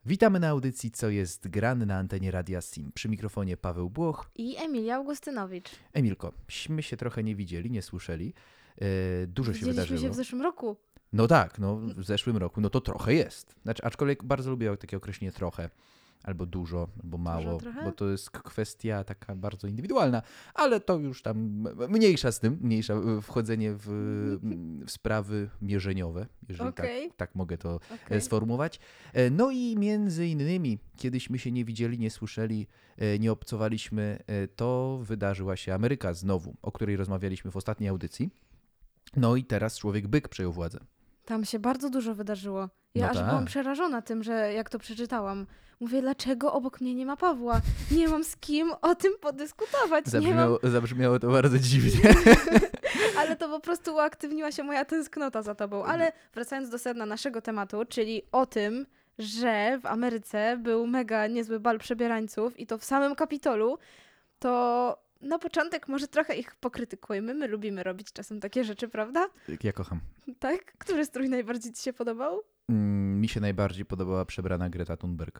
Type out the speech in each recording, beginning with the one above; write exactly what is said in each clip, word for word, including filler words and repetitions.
Witamy na audycji Co jest grane na antenie Radia Sim. Przy mikrofonie Paweł Błoch i Emilia Augustynowicz. Emilko, myśmy się trochę nie widzieli, nie słyszeli. E, dużo się Widzieliśmy wydarzyło. się w zeszłym roku. No tak, no w zeszłym roku, no to trochę jest. Znaczy, aczkolwiek bardzo lubię takie określenie trochę, albo dużo, albo mało, Dużo, bo to jest kwestia taka bardzo indywidualna, ale to już tam mniejsza z tym, mniejsza wchodzenie w, w sprawy mierzeniowe, jeżeli okay. tak, tak mogę to okay. sformułować. No i między innymi, kiedyśmy się nie widzieli, nie słyszeli, nie obcowaliśmy, to wydarzyła się Ameryka znowu, o której rozmawialiśmy w ostatniej audycji. No i teraz człowiek byk przejął władzę. Tam się bardzo dużo wydarzyło. Ja no aż tak. byłam przerażona tym, że jak to przeczytałam. Mówię, dlaczego obok mnie nie ma Pawła? Nie mam z kim o tym podyskutować. Zabrzmiało, nie mam... zabrzmiało to bardzo dziwnie. Ale to po prostu uaktywniła się moja tęsknota za tobą. Ale wracając do sedna naszego tematu, czyli o tym, że w Ameryce był mega niezły bal przebierańców i to w samym Kapitolu, to na początek może trochę ich pokrytykujmy. My lubimy robić czasem takie rzeczy, prawda? Ja kocham. Tak? Który strój najbardziej ci się podobał? Mm, mi się najbardziej podobała przebrana Greta Thunberg.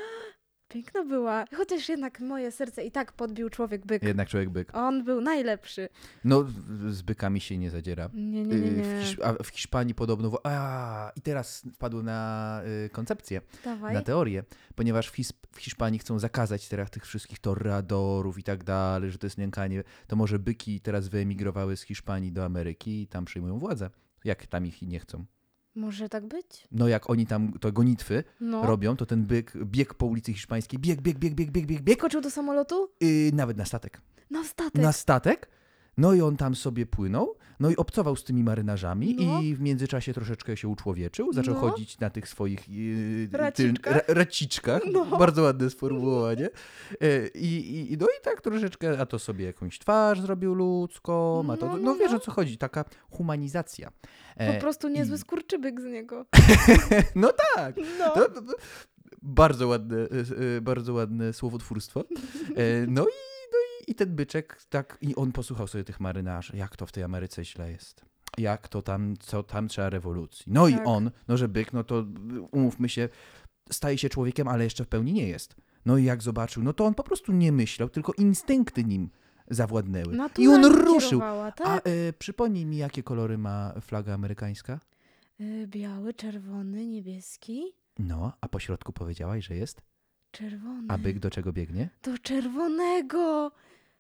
Piękna była. Chociaż jednak moje serce i tak podbił człowiek byk. Jednak człowiek byk. On był najlepszy. No, z bykami się nie zadziera. Nie, nie, nie. nie. W, Hisz- a w Hiszpanii podobno... A, i teraz wpadły na y, koncepcję, Dawaj. na teorię, ponieważ w, His- w Hiszpanii chcą zakazać teraz tych wszystkich torradorów i tak dalej, że to jest nękanie. To może byki teraz wyemigrowały z Hiszpanii do Ameryki i tam przyjmują władzę. Jak tam ich nie chcą. Może tak być? No jak oni tam to gonitwy no. robią, to ten byk bieg po ulicy Hiszpańskiej, bieg, bieg, bieg, bieg, bieg, bieg, bieg. Skoczył do samolotu? Yy, nawet na statek. Na statek? Na statek. No i on tam sobie płynął, no i obcował z tymi marynarzami no. i w międzyczasie troszeczkę się uczłowieczył, zaczął no. chodzić na tych swoich yy, raciczkach. Tyl, ra, raciczkach. No. Bardzo ładne sformułowanie. Yy, i, i, no i tak troszeczkę, a to sobie jakąś twarz zrobił ludzką, a to, no, no, no wiesz o co chodzi, taka humanizacja. Po e, prostu niezły i... skurczybyk z niego. No tak. No. To, to, to, bardzo ładne, bardzo ładne słowotwórstwo. E, no i I ten byczek, tak, i on posłuchał sobie tych marynarzy, jak to w tej Ameryce źle jest. Jak to tam, co tam trzeba rewolucji. No tak. I on, no że byk, no to umówmy się, staje się człowiekiem, ale jeszcze w pełni nie jest. No i jak zobaczył, no to on po prostu nie myślał, tylko instynkty nim zawładnęły. I on ruszył. Tak? A e, przypomnij mi, jakie kolory ma flaga amerykańska? Yy, biały, czerwony, niebieski. No, a po środku powiedziałaś, że jest? Czerwony. A byk do czego biegnie? Do czerwonego.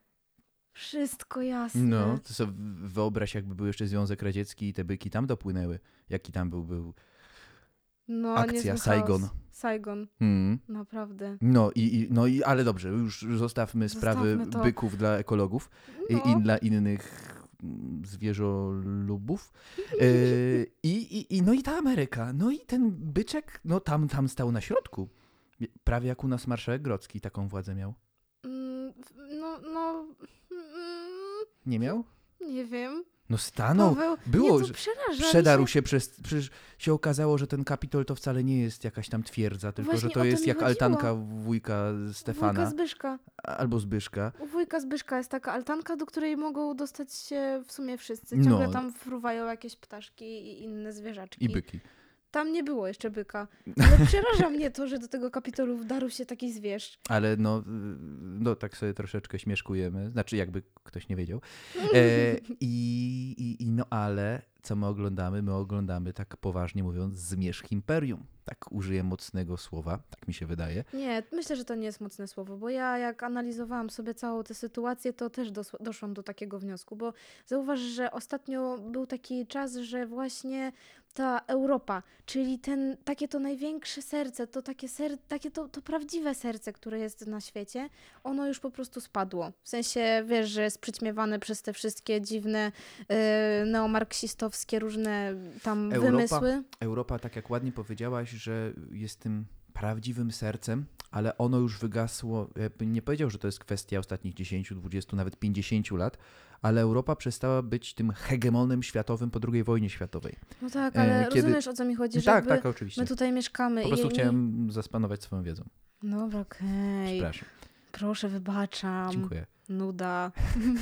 Wszystko jasne. No, to sobie wyobraź, jakby był jeszcze Związek Radziecki i te byki tam dopłynęły. Jaki tam był, był no, akcja Saigon. Chaos. Saigon, hmm. naprawdę. No i, i, no i, ale dobrze, już zostawmy, zostawmy sprawy to. byków dla ekologów no. i, i dla innych zwierzolubów. Yy, i, i, i, no i ta Ameryka, no i ten byczek, no tam, tam stał na środku. Prawie jak u nas marszałek Grodzki taką władzę miał. Mm, no, no... Nie miał? Nie wiem. No stanął, Paweł, było, że przedarł się. się przez, przecież się okazało, że ten Kapitol to wcale nie jest jakaś tam twierdza, tylko Właśnie że to jest to jak chodziło. altanka wujka Stefana. Wujka Zbyszka. Albo Zbyszka. U wujka Zbyszka jest taka altanka, do której mogą dostać się w sumie wszyscy. Ciągle no. tam fruwają jakieś ptaszki i inne zwierzaczki. I byki. Tam nie było jeszcze byka. Ale przeraża mnie to, że do tego Kapitolu wdarł się taki zwierz. Ale no, no tak sobie troszeczkę śmieszkujemy. Znaczy jakby ktoś nie wiedział. E, i, i, I no ale co my oglądamy? My oglądamy, tak poważnie mówiąc, zmierzch imperium. Tak użyję mocnego słowa, tak mi się wydaje. Nie, myślę, że to nie jest mocne słowo, bo ja jak analizowałam sobie całą tę sytuację, to też dos- doszłam do takiego wniosku, bo zauważ, że ostatnio był taki czas, że właśnie ta Europa, czyli ten, takie to największe serce, to takie, ser- takie to, to prawdziwe serce, które jest na świecie, ono już po prostu spadło. W sensie, wiesz, że jest przyćmiewane przez te wszystkie dziwne yy, neomarksistowskie różne tam Europa, wymysły. Europa, tak jak ładnie powiedziałaś, że jest tym prawdziwym sercem, ale ono już wygasło. Ja bym nie powiedział, że to jest kwestia ostatnich dziesięciu, dwudziestu, nawet pięćdziesięciu lat, ale Europa przestała być tym hegemonem światowym po drugiej wojnie światowej. No tak, ale Kiedy... rozumiesz, o co mi chodzi, że tak, tak, oczywiście. my tutaj mieszkamy. Po prostu i... chciałem zaspanować swoją wiedzą. Dobra, okej. Okay. Przepraszam. Proszę, wybaczam. Dziękuję. Nuda.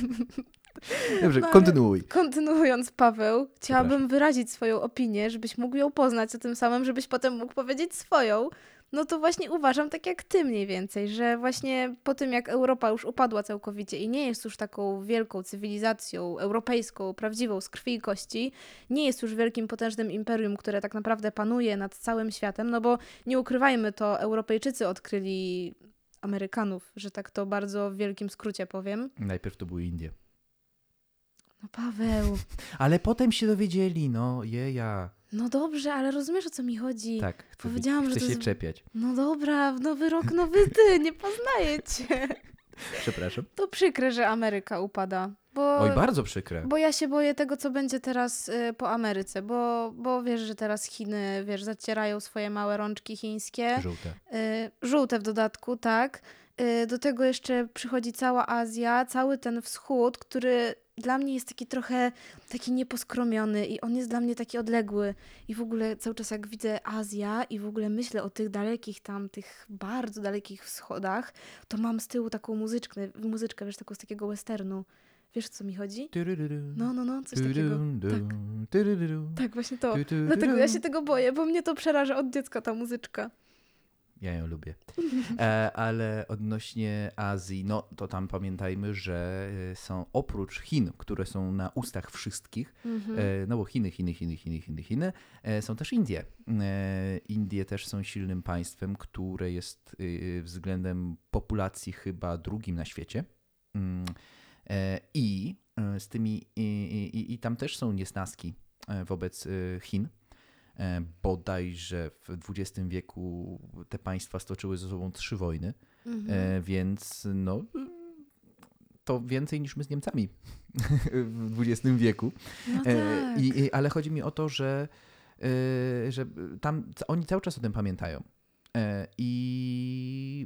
Dobrze, no, kontynuuj. Kontynuując, Paweł, chciałabym wyrazić swoją opinię, żebyś mógł ją poznać, a tym samym, żebyś potem mógł powiedzieć swoją. No to właśnie uważam tak jak ty mniej więcej, że właśnie po tym jak Europa już upadła całkowicie i nie jest już taką wielką cywilizacją europejską, prawdziwą, z krwi i kości, nie jest już wielkim, potężnym imperium, które tak naprawdę panuje nad całym światem, no bo nie ukrywajmy to, Europejczycy odkryli Amerykanów, że tak to bardzo w wielkim skrócie powiem. Najpierw to były Indie. No Paweł. Ale potem się dowiedzieli, no jeja. No dobrze, ale rozumiesz, o co mi chodzi? Tak, chcę, Powiedziałam, być, że chcę to się jest- czepiać. No dobra, w nowy rok, nowy ty, nie poznaję cię. Przepraszam. To przykre, że Ameryka upada. Bo, Oj, bardzo przykre. bo ja się boję tego, co będzie teraz y, po Ameryce, bo, bo wiesz, że teraz Chiny, wiesz, zacierają swoje małe rączki chińskie. Żółte. Y, żółte w dodatku, tak. Y, do tego jeszcze przychodzi cała Azja, cały ten wschód, który dla mnie jest taki trochę taki nieposkromiony i on jest dla mnie taki odległy. I w ogóle cały czas jak widzę Azja i w ogóle myślę o tych dalekich tam, tych bardzo dalekich wschodach, to mam z tyłu taką muzyczkę, muzyczkę, wiesz, taką z takiego westernu. Wiesz, o co mi chodzi? No, no, no, coś takiego. Tak, tak, właśnie to. Dlatego ja się tego boję, bo mnie to przeraża od dziecka ta muzyczka. Ja ją lubię. E, ale odnośnie Azji, no to tam pamiętajmy, że e, są oprócz Chin, które są na ustach wszystkich, Mhm. e, no bo Chiny, Chiny, Chiny, Chiny, Chiny, Chiny, e, są też Indie. E, Indie też są silnym państwem, które jest e, względem populacji chyba drugim na świecie. Mm, e, I e, z tymi, i, i, i tam też są niesnaski e, wobec e, Chin. E, Bodajże w dwudziestym wieku te państwa stoczyły ze sobą trzy wojny, Mhm. e, więc no, to więcej niż my z Niemcami w dwudziestym wieku. No E, tak. I, i, ale chodzi mi o to, że, e, że tam c- oni cały czas o tym pamiętają. E, I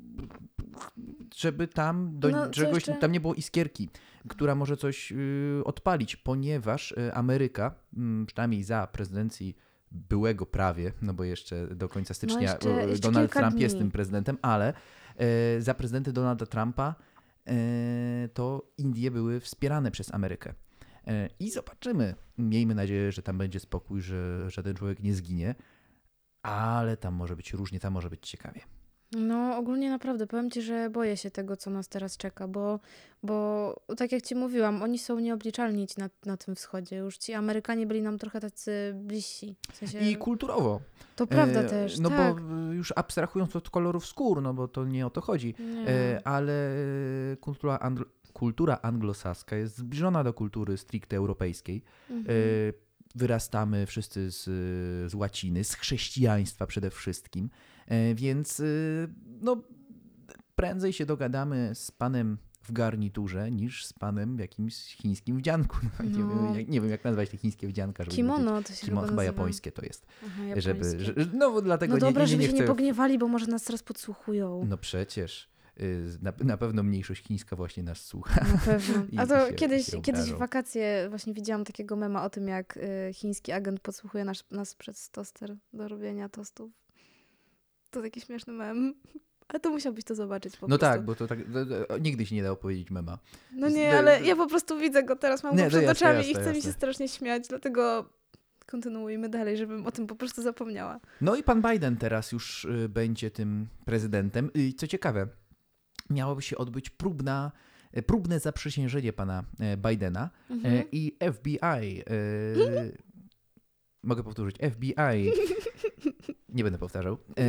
żeby tam do No, co czegoś, jeszcze? tam nie było iskierki, która może coś y, odpalić, ponieważ y, Ameryka, mm, przynajmniej za prezydencji byłego prawie, no bo jeszcze do końca stycznia jeszcze- y, jeszcze Donald kilka Trump jest dni. tym prezydentem, ale y, za prezydenty Donalda Trumpa y, to Indie były wspierane przez Amerykę. Y, I zobaczymy. Miejmy nadzieję, że tam będzie spokój, że żaden człowiek nie zginie, ale tam może być różnie, tam może być ciekawie. No ogólnie naprawdę, powiem ci, że boję się tego, co nas teraz czeka, bo, bo tak jak ci mówiłam, oni są nieobliczalni ci na, na tym wschodzie. Już ci Amerykanie byli nam trochę tacy bliżsi. W sensie, I kulturowo. to prawda E, też, No tak. bo y, już abstrahując od kolorów skór, no bo to nie o to chodzi, Nie. e, ale e, kultura, anglo, kultura anglosaska jest zbliżona do kultury stricte europejskiej. Mhm. E, Wyrastamy wszyscy z, z łaciny, z chrześcijaństwa przede wszystkim, e, więc e, no, prędzej się dogadamy z panem w garniturze niż z panem w jakimś chińskim wdzianku. No, nie, No. wiem, jak, nie wiem, jak nazwać te chińskie wdzianka. Żeby Kimono to się Kimono, chyba nazywa. japońskie to jest. Aha, Żeby, japońskie. że, no bo dlatego No dobra, nie, nie, żeby nie się chcę... nie pogniewali, bo może nas teraz podsłuchują. No przecież. y, Na, na pewno mniejszość chińska właśnie nas słucha. Na pewno. I A to się- kiedyś, się kiedyś w obrażą. wakacje właśnie widziałam takiego mema o tym, jak y, chiński agent podsłuchuje nas, nas przez toster do robienia tostów. To taki śmieszny mem. Ale to musiałbyś to zobaczyć po No prostu. tak, bo to tak, to, to, nigdy się nie da opowiedzieć mema. No Z- nie, no, ale no- ja po prostu widzę go teraz, mam Nie, go to przed jasne, oczami jasne, i chce mi się jasne. strasznie śmiać, dlatego kontynuujmy dalej, żebym o tym po prostu zapomniała. No i pan Biden teraz już y, będzie tym prezydentem. I co ciekawe, miałoby się odbyć próbna, y, próbne zaprzysiężenie pana y, Bidena y, Mhm. i F B I. y, Mogę powtórzyć, F B I. Nie będę powtarzał. e,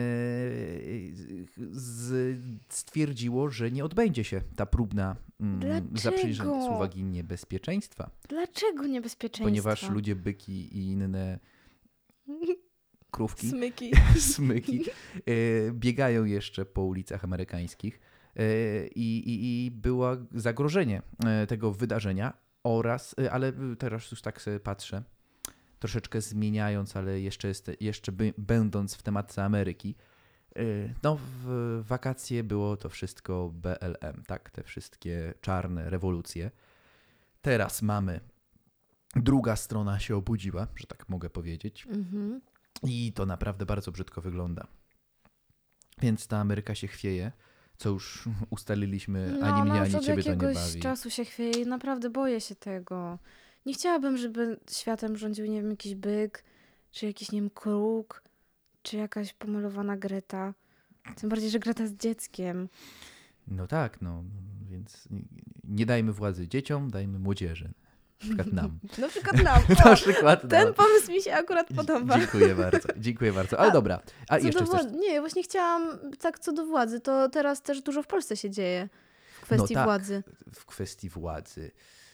z, stwierdziło, że nie odbędzie się ta próbna mm, Dlaczego? zaprzysiężenia z uwagi niebezpieczeństwa, Dlaczego niebezpieczeństwa? ponieważ ludzie byki i inne krówki, Smyki. smyki e, biegają jeszcze po ulicach amerykańskich e, i, i, i było zagrożenie e, tego wydarzenia oraz, e, ale teraz już tak sobie patrzę, troszeczkę zmieniając, ale jeszcze, jest, jeszcze by, będąc w tematce Ameryki, yy, no w wakacje było to wszystko B L M, tak, te wszystkie czarne rewolucje. Teraz mamy, druga strona się obudziła, że tak mogę powiedzieć, Mhm. i to naprawdę bardzo brzydko wygląda. Więc ta Ameryka się chwieje, co już ustaliliśmy, No, ani mnie, ona już ani od ciebie to nie jakiegoś bawi. czasu się chwieje i naprawdę boję się tego. Nie chciałabym, żeby światem rządził, nie wiem, jakiś byk, czy jakiś, nie wiem, kruk. czy jakaś pomalowana Greta. Tym bardziej, że Greta jest dzieckiem. No tak, no, więc nie dajmy władzy dzieciom, dajmy młodzieży. Na przykład nam. Na przykład nam. Na O, przykład ten nam. pomysł mi się akurat podoba. Dziękuję bardzo, dziękuję bardzo. Ale A, dobra, a Co jeszcze do chcesz... władzy, nie, właśnie chciałam, tak co do władzy, to teraz też dużo w Polsce się dzieje w kwestii No tak. władzy. W kwestii władzy.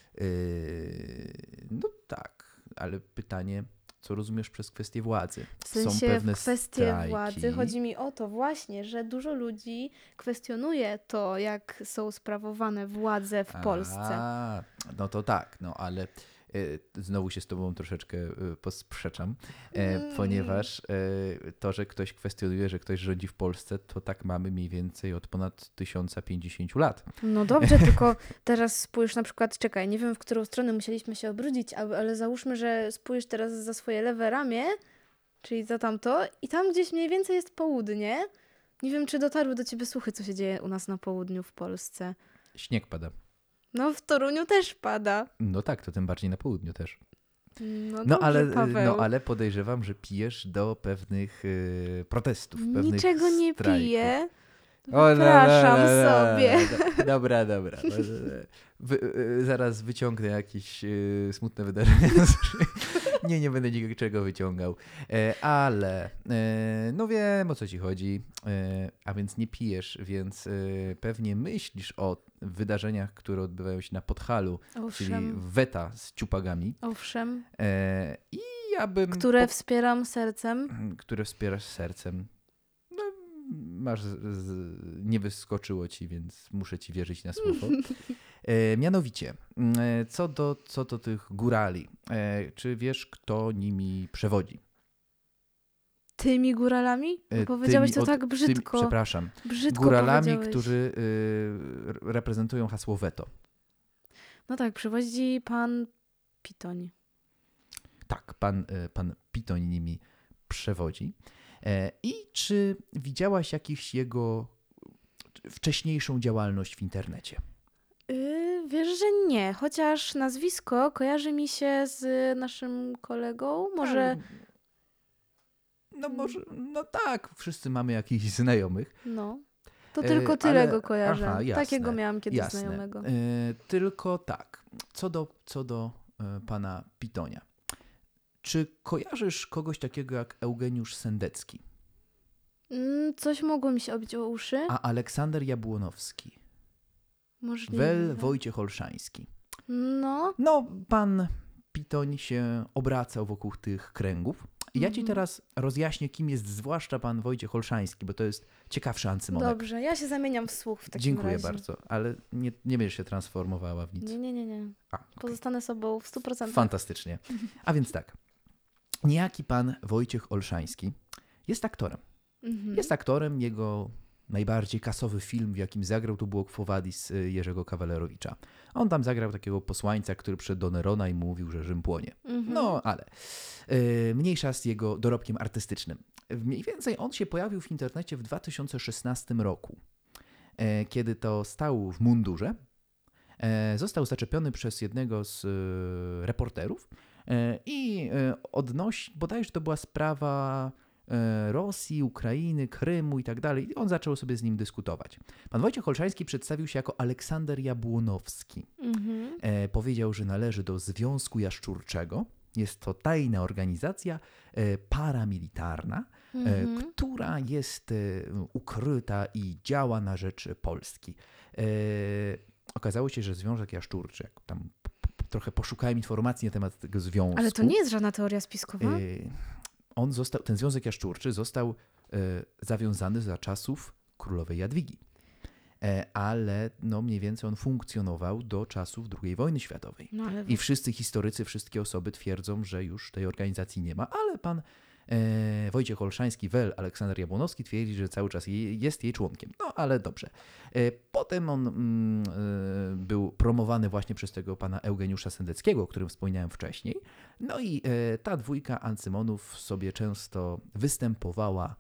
Yy, no tak, ale pytanie, co rozumiesz przez kwestię władzy? W sensie pewne w kwestii strajki. władzy chodzi mi o to właśnie, że dużo ludzi kwestionuje to, jak są sprawowane władze w Polsce. A, no to tak, no ale y, znowu się z tobą troszeczkę y, posprzeczam, e, Mm. ponieważ y, to, że ktoś kwestionuje, że ktoś rządzi w Polsce, to tak mamy mniej więcej od ponad tysiąc pięćdziesiąt lat. No dobrze, tylko teraz spójrz na przykład, czekaj, nie wiem, w którą stronę musieliśmy się obrócić, ale, ale załóżmy, że spójrz teraz za swoje lewe ramię, czyli za tamto, i tam gdzieś mniej więcej jest południe. Nie wiem, czy dotarły do ciebie słuchy, co się dzieje u nas na południu w Polsce. Śnieg pada. No w Toruniu też pada. No tak, to tym bardziej na południu też. No, No, dobrze, ale, Paweł. no ale podejrzewam, że pijesz do pewnych y, protestów, pewnych Niczego nie strajków. piję. O, la, la, Wypraszam la, la, sobie. la. Dobra, dobra. Wy, y, zaraz wyciągnę jakieś y, smutne wydarzenie. Nie, nie będę niczego wyciągał. E, ale e, no wiem, o co ci chodzi. E, a więc nie pijesz, więc e, pewnie myślisz o wydarzeniach, które odbywają się na Podhalu, czyli Owszem, weta z ciupagami. owszem. E, I ja bym... Które po- wspieram sercem. które wspierasz sercem. No, masz, z, z, nie wyskoczyło ci, więc muszę ci wierzyć na słowo. E, mianowicie, e, co, do, co do tych górali, e, czy wiesz, kto nimi przewodzi? Tymi góralami? E, Powiedziałeś tymi to od- tak tymi- brzydko. przepraszam. Brzydko Góralami, powiedziałeś. którzy y, reprezentują hasło weto. No tak, przywodzi pan Pitoń. Tak, pan, y, pan Pitoń nimi przewodzi. E, I czy widziałaś jakiś jego wcześniejszą działalność w internecie? Yy, wiesz, że nie, chociaż nazwisko kojarzy mi się z naszym kolegą. Może, No może, no tak, wszyscy mamy jakichś znajomych. no. To E, tylko tyle ale- go kojarzę. aha, jasne, Takiego miałam kiedyś Jasne. znajomego. E, tylko tak, co do, co do e, pana Pitonia. Czy kojarzysz kogoś takiego jak Eugeniusz Sendecki, Mm, coś mogło mi się obić o uszy. a Aleksander Jabłonowski, Możliwe. Wel Wojciech Olszański? No, No, pan Pitoń się obracał wokół tych kręgów. I ja ci Mhm. teraz rozjaśnię, kim jest zwłaszcza pan Wojciech Olszański, bo to jest ciekawszy ancymonek. dobrze, ja się zamieniam w słuch w takim Dziękuję razie. bardzo, ale nie, nie będziesz się transformowała w nic. Nie, nie, nie, nie. A, okej. Pozostanę sobą w stu procentach. Fantastycznie. A więc tak, niejaki pan Wojciech Olszański jest aktorem. Mhm. Jest aktorem, jego najbardziej kasowy film, w jakim zagrał, to było Quo Vadis y, Jerzego Kawalerowicza. On tam zagrał takiego posłańca, który przyszedł do Nerona i mówił, że Rzym płonie. Mhm. No, ale y, mniejsza z jego dorobkiem artystycznym. Mniej więcej on się pojawił w internecie w dwa tysiące szesnastym roku, e, kiedy to stał w mundurze. E, został zaczepiony przez jednego z e, reporterów e, i e, odnosi, bodajże to była sprawa e, Rosji, Ukrainy, Krymu i tak dalej. I on zaczął sobie z nim dyskutować. Pan Wojciech Olszański przedstawił się jako Aleksander Jabłonowski. Mhm. E, powiedział, że należy do Związku Jaszczurczego. Jest to tajna organizacja e, paramilitarna, e, Mhm. która jest e, ukryta i działa na rzecz Polski. E, okazało się, że Związek Jaszczurczy, jak tam p- p- trochę poszukałem informacji na temat tego związku. Ale to nie jest żadna teoria spiskowa? e, on został, ten Związek Jaszczurczy został e, zawiązany za czasów królowej Jadwigi. E, ale no mniej więcej on funkcjonował do czasów drugiej wojny światowej. No ale I wszyscy historycy, wszystkie osoby twierdzą, że już tej organizacji nie ma, ale pan e, Wojciech Olszański, wel Aleksander Jabłonowski twierdzi, że cały czas jej, jest jej członkiem. No ale dobrze. E, potem on mm, e, był promowany właśnie przez tego pana Eugeniusza Sendeckiego, o którym wspominałem wcześniej. No i e, ta dwójka ancymonów sobie często występowała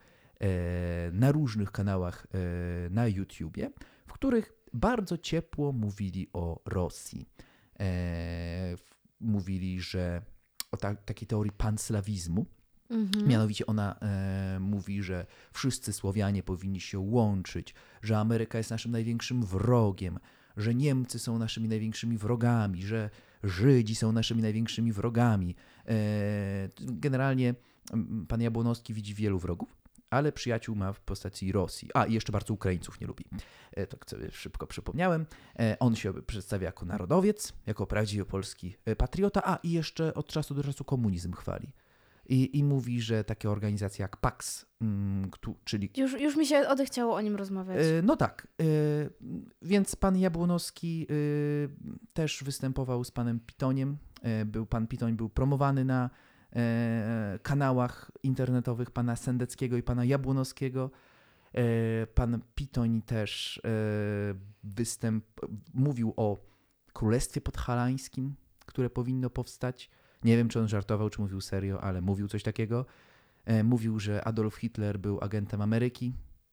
e, na różnych kanałach e, na YouTubie, w których bardzo ciepło mówili o Rosji. E, w- mówili, że o ta, takiej teorii panslawizmu, Mhm. Mianowicie ona e, mówi, że wszyscy Słowianie powinni się łączyć, że Ameryka jest naszym największym wrogiem, że Niemcy są naszymi największymi wrogami, że Żydzi są naszymi największymi wrogami. E, generalnie m, pan Jabłonowski widzi wielu wrogów, ale przyjaciół ma w postaci Rosji. A, i jeszcze bardzo Ukraińców nie lubi. E, tak sobie szybko przypomniałem. E, on się przedstawia jako narodowiec, jako prawdziwy polski e, patriota, a i jeszcze od czasu do czasu komunizm chwali. I, I mówi, że takie organizacje jak Pax, mm, ktu- czyli... Już, już mi się odechciało o nim rozmawiać. E, no tak, e, więc pan Jabłonowski e, też występował z panem Pitoniem. E, był, pan Pitoń był promowany na e, kanałach internetowych pana Sendeckiego i pana Jabłonowskiego. E, pan Pitoń też e, występ, mówił o Królestwie Podhalańskim, które powinno powstać. Nie wiem, czy on żartował, czy mówił serio, ale mówił coś takiego. E, mówił, że Adolf Hitler był agentem Ameryki.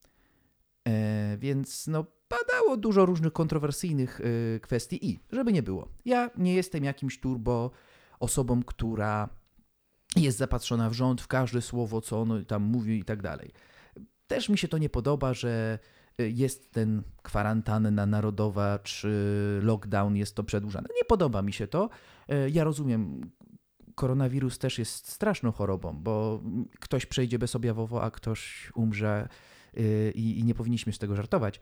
E, więc no, padało dużo różnych kontrowersyjnych e, kwestii i, żeby nie było, ja nie jestem jakimś turbo osobą, która jest zapatrzona w rząd, w każde słowo, co on tam mówi i tak dalej. Też mi się to nie podoba, że jest ten kwarantanna narodowa, czy lockdown jest to przedłużane. Nie podoba mi się to. E, ja rozumiem, koronawirus też jest straszną chorobą, bo ktoś przejdzie bezobjawowo, a ktoś umrze yy, i nie powinniśmy z tego żartować.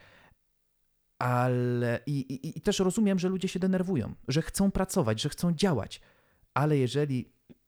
Ale i, i, i też rozumiem, że ludzie się denerwują, że chcą pracować, że chcą działać, ale jeżeli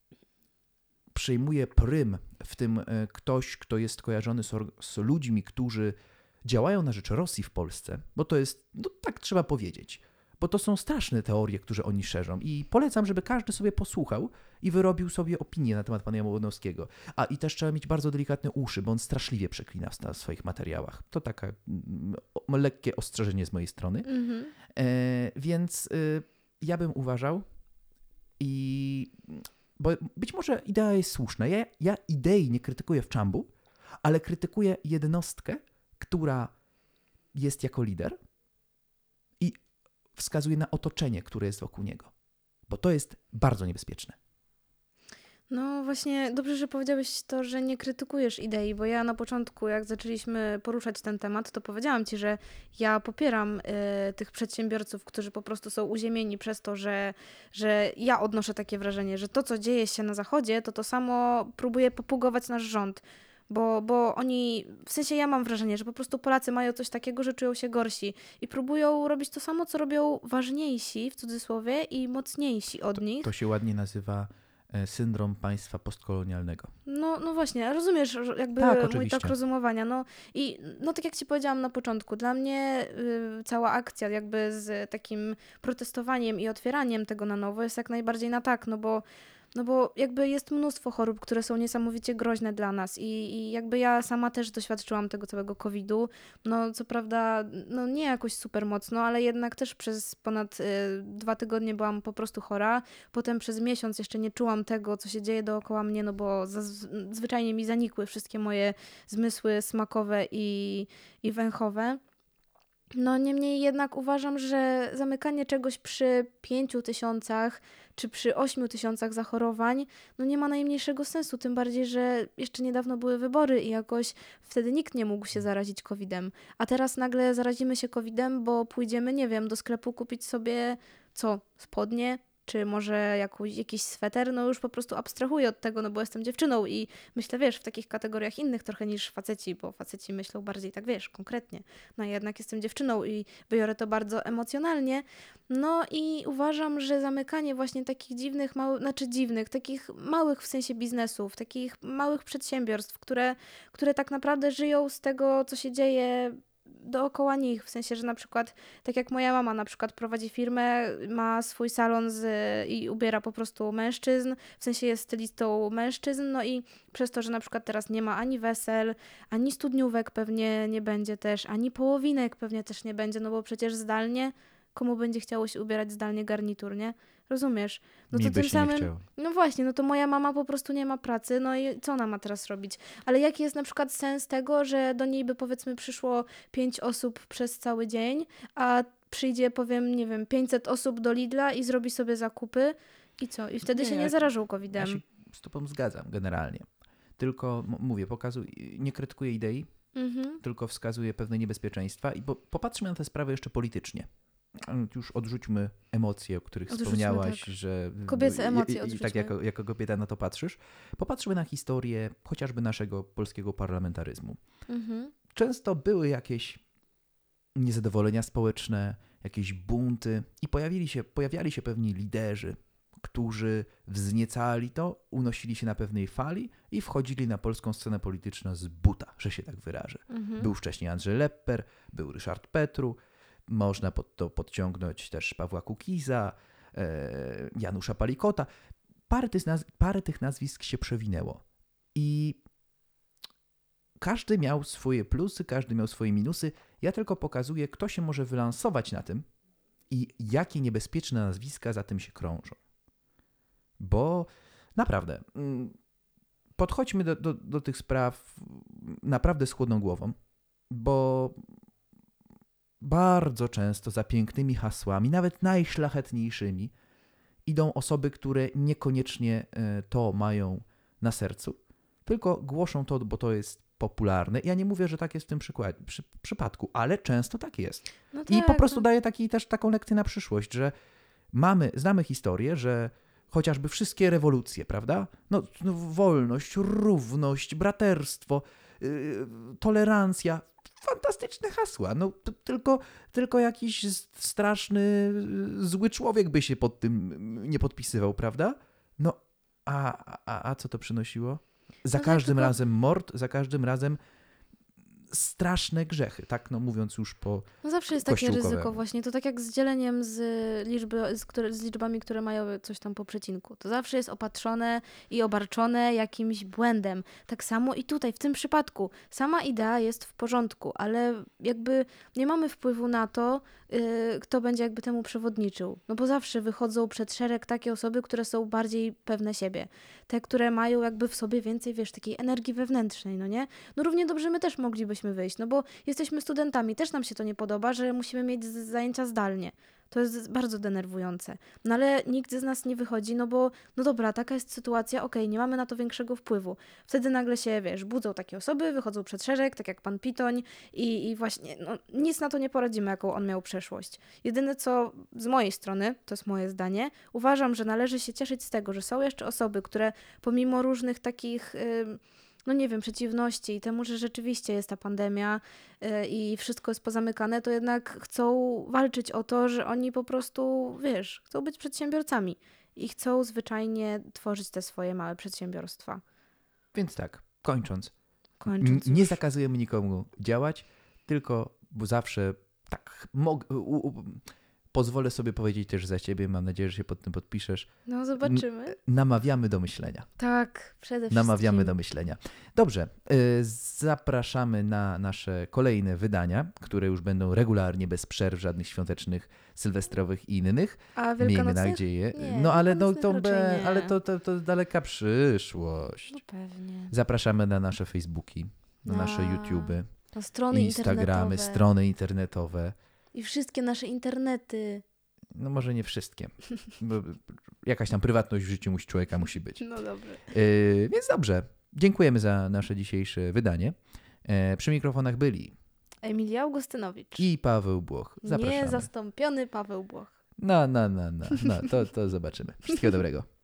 przyjmuje prym w tym yy, ktoś, kto jest kojarzony z, z ludźmi, którzy działają na rzecz Rosji w Polsce, bo to jest, no tak trzeba powiedzieć, bo to są straszne teorie, które oni szerzą i polecam, żeby każdy sobie posłuchał i wyrobił sobie opinię na temat pana Jabłonowskiego. A i też trzeba mieć bardzo delikatne uszy, bo on straszliwie przeklina w, w swoich materiałach. To takie mm, lekkie ostrzeżenie z mojej strony. Mhm. E, więc y, ja bym uważał i... Bo być może idea jest słuszna. Ja, ja idei nie krytykuję w czambu, ale krytykuję jednostkę, która jest jako lider i wskazuje na otoczenie, które jest wokół niego. Bo to jest bardzo niebezpieczne. No właśnie, dobrze, że powiedziałeś to, że nie krytykujesz idei, bo ja na początku, jak zaczęliśmy poruszać ten temat, to powiedziałam ci, że ja popieram y, tych przedsiębiorców, którzy po prostu są uziemieni przez to, że, że ja odnoszę takie wrażenie, że to, co dzieje się na Zachodzie, to to samo próbuje popugować nasz rząd. Bo, bo oni, w sensie ja mam wrażenie, że po prostu Polacy mają coś takiego, że czują się gorsi i próbują robić to samo, co robią ważniejsi, w cudzysłowie, i mocniejsi od To, nich. to się ładnie nazywa e, syndrom państwa postkolonialnego. No, no właśnie, rozumiesz że jakby Tak, mój oczywiście. tok rozumowania. No i no tak jak ci powiedziałam na początku, dla mnie y, cała akcja jakby z takim protestowaniem i otwieraniem tego na nowo jest jak najbardziej na tak, no bo No bo jakby jest mnóstwo chorób, które są niesamowicie groźne dla nas i, i jakby ja sama też doświadczyłam tego całego kowida. No co prawda, no nie jakoś super mocno, ale jednak też przez ponad y, dwa tygodnie byłam po prostu chora. Potem przez miesiąc jeszcze nie czułam tego, co się dzieje dookoła mnie, no bo zaz- zwyczajnie mi zanikły wszystkie moje zmysły smakowe i, i węchowe. No niemniej jednak uważam, że zamykanie czegoś przy pięciu tysiącach czy przy ośmiu tysiącach zachorowań no nie ma najmniejszego sensu, tym bardziej, że jeszcze niedawno były wybory i jakoś wtedy nikt nie mógł się zarazić kowidem. A teraz nagle zarazimy się kowidem, bo pójdziemy, nie wiem, do sklepu kupić sobie co? Spodnie? Czy może jakiś, jakiś sweter? No już po prostu abstrahuję od tego, no bo jestem dziewczyną i myślę, wiesz, w takich kategoriach innych trochę niż faceci, bo faceci myślą bardziej tak, wiesz, konkretnie. No ja jednak jestem dziewczyną i biorę to bardzo emocjonalnie. No i uważam, że zamykanie właśnie takich dziwnych, małych, znaczy dziwnych, takich małych w sensie biznesów, takich małych przedsiębiorstw, które, które tak naprawdę żyją z tego, co się dzieje dookoła nich, w sensie, że na przykład, tak jak moja mama na przykład prowadzi firmę, ma swój salon z, i ubiera po prostu mężczyzn, w sensie jest stylistą mężczyzn, no i przez to, że na przykład teraz nie ma ani wesel, ani studniówek pewnie nie będzie też, ani połowinek pewnie też nie będzie, no bo przecież zdalnie, komu będzie chciało się ubierać zdalnie garnitur, nie? Rozumiesz? No Mi to by tym się samym, nie chciało. no właśnie, no to moja mama po prostu nie ma pracy, no i co ona ma teraz robić? Ale jaki jest na przykład sens tego, że do niej by powiedzmy przyszło pięć osób przez cały dzień, a przyjdzie, powiem, nie wiem, pięćset osób do Lidla i zrobi sobie zakupy i co? I wtedy Nie, się ja- nie zarażą Ja kowidem. się z tobą zgadzam generalnie. tylko m- mówię, pokazuje, nie krytykuje idei, Mhm. tylko wskazuje pewne niebezpieczeństwa i po, popatrzmy na tę sprawę jeszcze politycznie. Już odrzućmy emocje, o których Odrzućmy, wspomniałaś, tak. że Kobiece emocje i, i, i odrzućmy. tak jako, jako kobieta na to patrzysz. Popatrzmy na historię chociażby naszego polskiego parlamentaryzmu. Mhm. Często były jakieś niezadowolenia społeczne, jakieś bunty i pojawili się, pojawiali się pewni liderzy, którzy wzniecali to, unosili się na pewnej fali i wchodzili na polską scenę polityczną z buta, że się tak wyrażę. Mhm. Był wcześniej Andrzej Lepper, był Ryszard Petru, można pod to podciągnąć też Pawła Kukiza, e, Janusza Palikota. Parę tych, naz- parę tych nazwisk się przewinęło i każdy miał swoje plusy, każdy miał swoje minusy. Ja tylko pokazuję, kto się może wylansować na tym i jakie niebezpieczne nazwiska za tym się krążą. Bo naprawdę, mm, podchodźmy do, do, do tych spraw naprawdę z chłodną głową, bo bardzo często za pięknymi hasłami, nawet najszlachetniejszymi, idą osoby, które niekoniecznie e, to mają na sercu, tylko głoszą to, bo to jest popularne. Ja nie mówię, że tak jest w tym przykład, przy, przypadku, ale często tak jest. No I tak, po prostu no. daję taki, też taką lekcję na przyszłość, że mamy, znamy historię, że chociażby wszystkie rewolucje, prawda? No, no wolność, równość, braterstwo, yy, tolerancja, fantastyczne hasła. No, t- tylko, tylko jakiś s- straszny, yy, zły człowiek by się pod tym yy, nie podpisywał, prawda? No, a, a, a co to przynosiło? Za No tak, każdym tylko- razem mord, za każdym razem straszne grzechy, tak no mówiąc już po... No zawsze jest takie kościółkowemu. ryzyko właśnie. To tak jak z dzieleniem z, liczby, z, które, z liczbami, które mają coś tam po przecinku. To zawsze jest opatrzone i obarczone jakimś błędem. Tak samo i tutaj, w tym przypadku. Sama idea jest w porządku, ale jakby nie mamy wpływu na to, yy, kto będzie jakby temu przewodniczył. No bo zawsze wychodzą przed szereg takie osoby, które są bardziej pewne siebie. Te, które mają jakby w sobie więcej, wiesz, takiej energii wewnętrznej, no nie? No równie dobrze my też moglibyśmy wyjść, no bo jesteśmy studentami, też nam się to nie podoba, że musimy mieć z- zajęcia zdalnie. To jest bardzo denerwujące. No ale nikt z nas nie wychodzi, no bo, no dobra, taka jest sytuacja, okej, nie mamy na to większego wpływu. Wtedy nagle się, wiesz, budzą takie osoby, wychodzą przed szereg, tak jak pan Pitoń i, i właśnie, no nic na to nie poradzimy, jaką on miał przeszłość. Jedyne co z mojej strony, to jest moje zdanie, uważam, że należy się cieszyć z tego, że są jeszcze osoby, które pomimo różnych takich... Yy, no nie wiem, przeciwności i temu, że rzeczywiście jest ta pandemia y, i wszystko jest pozamykane, to jednak chcą walczyć o to, że oni po prostu, wiesz, chcą być przedsiębiorcami i chcą zwyczajnie tworzyć te swoje małe przedsiębiorstwa. Więc tak, kończąc, Kończąc N- nie już. zakazujemy nikomu działać, tylko bo zawsze tak mog- u- u- pozwolę sobie powiedzieć też za ciebie, mam nadzieję, że się pod tym podpiszesz, No zobaczymy. namawiamy do myślenia. Tak, przede wszystkim. Namawiamy do myślenia. Dobrze, y, zapraszamy na nasze kolejne wydania, które już będą regularnie, bez przerw, żadnych świątecznych, sylwestrowych i innych. A Miejmy wielkanocnych? nadzieję. Nie, no ale, no, wielkanocnych to, raczej be, nie. ale to, to, to daleka przyszłość. No pewnie. Zapraszamy na nasze Facebooki, na Na nasze YouTuby, Na strony Instagramy, internetowe. strony internetowe. I wszystkie nasze internety. No może nie wszystkie. Bo jakaś tam prywatność w życiu musi, człowieka musi być. No dobrze. Yy, więc dobrze. Dziękujemy za nasze dzisiejsze wydanie. E, przy mikrofonach byli Emilia Augustynowicz. i Paweł Błoch. Zapraszamy. Niezastąpiony Paweł Błoch. No, no, no, no, no to, to zobaczymy. Wszystkiego dobrego.